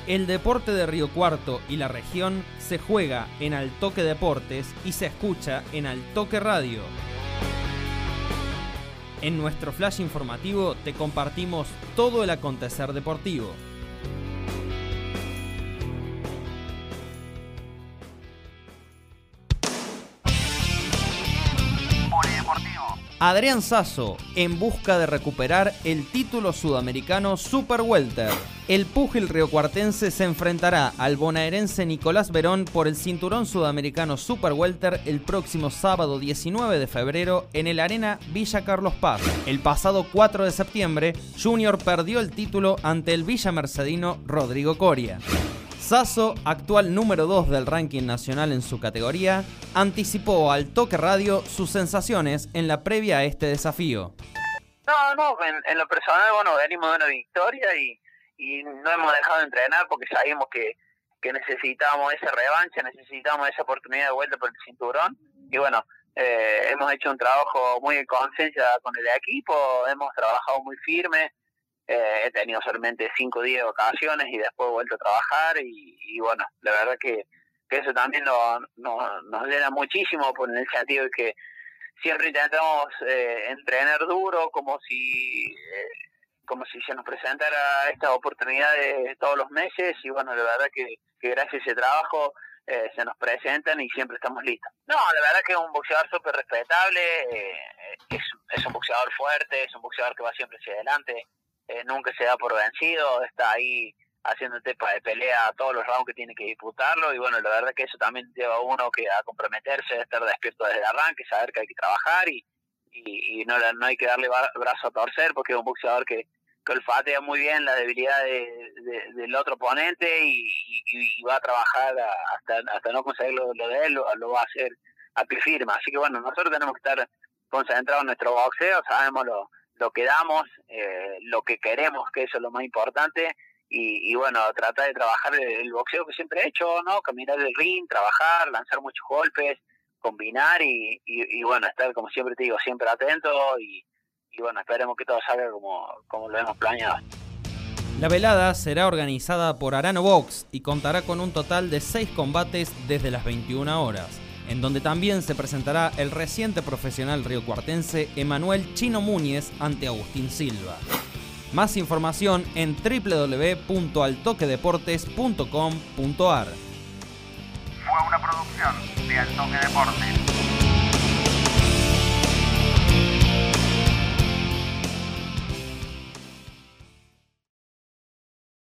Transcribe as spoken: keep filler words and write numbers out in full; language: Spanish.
El deporte de Río Cuarto y la región se juega en Al Toque Deportes y se escucha en Al Toque Radio. En nuestro flash informativo te compartimos todo el acontecer deportivo. Adrián Sasso, en busca de recuperar el título sudamericano Super Welter. El púgil riocuartense se enfrentará al bonaerense Nicolás Verón por el cinturón sudamericano Super Welter el próximo sábado diecinueve de febrero en el Arena Villa Carlos Paz. El pasado cuatro de septiembre, Junior perdió el título ante el villamercedino Rodrigo Coria. Sasso, actual número dos del ranking nacional en su categoría, anticipó al Toque Radio sus sensaciones en la previa a este desafío. No, no, en, en lo personal, bueno, venimos de una victoria y, y no hemos dejado de entrenar porque sabíamos que, que necesitábamos esa revancha, necesitábamos esa oportunidad de vuelta por el cinturón. Y bueno, eh, hemos hecho un trabajo muy en conciencia con el equipo, hemos trabajado muy firme. Eh, he tenido solamente cinco días de vacaciones y después he vuelto a trabajar y, y bueno, la verdad que, que eso también no, no, nos llena muchísimo por el sentido de que siempre intentamos eh, entrenar duro como si eh, como si se nos presentara esta oportunidad de todos los meses y bueno, la verdad que, que gracias a ese trabajo eh, se nos presentan y siempre estamos listos. No, la verdad que es un boxeador súper respetable, eh, es, es un boxeador fuerte, es un boxeador que va siempre hacia adelante. Eh, nunca se da por vencido, está ahí haciéndote de pelea todos los rounds que tiene que disputarlo y bueno, la verdad que eso también lleva a uno que a comprometerse, a estar despierto desde el arranque, saber que hay que trabajar y, y, y no, no hay que darle brazo a torcer porque es un boxeador que, que olfatea muy bien la debilidad de, de, del otro oponente y, y, y va a trabajar hasta, hasta no conseguir lo, lo de él, lo, lo va a hacer a pie firme, así que bueno, nosotros tenemos que estar concentrados en nuestro boxeo, sabemos lo lo que damos, eh, lo que queremos, que eso es lo más importante, y, y bueno, tratar de trabajar el, el boxeo que siempre he hecho, ¿no? Caminar el ring, trabajar, lanzar muchos golpes, combinar y, y, y bueno, estar como siempre te digo, siempre atento y, y bueno, esperemos que todo salga como, como lo hemos planeado. La velada será organizada por Arano Box y contará con un total de seis combates desde las veintiuna horas. En donde también se presentará el reciente profesional riocuartense Emanuel Chino Múñez ante Agustín Silva. Más información en doble u doble u doble u punto al toque deportes punto com punto a r. Fue una producción de Al Toque Deportes.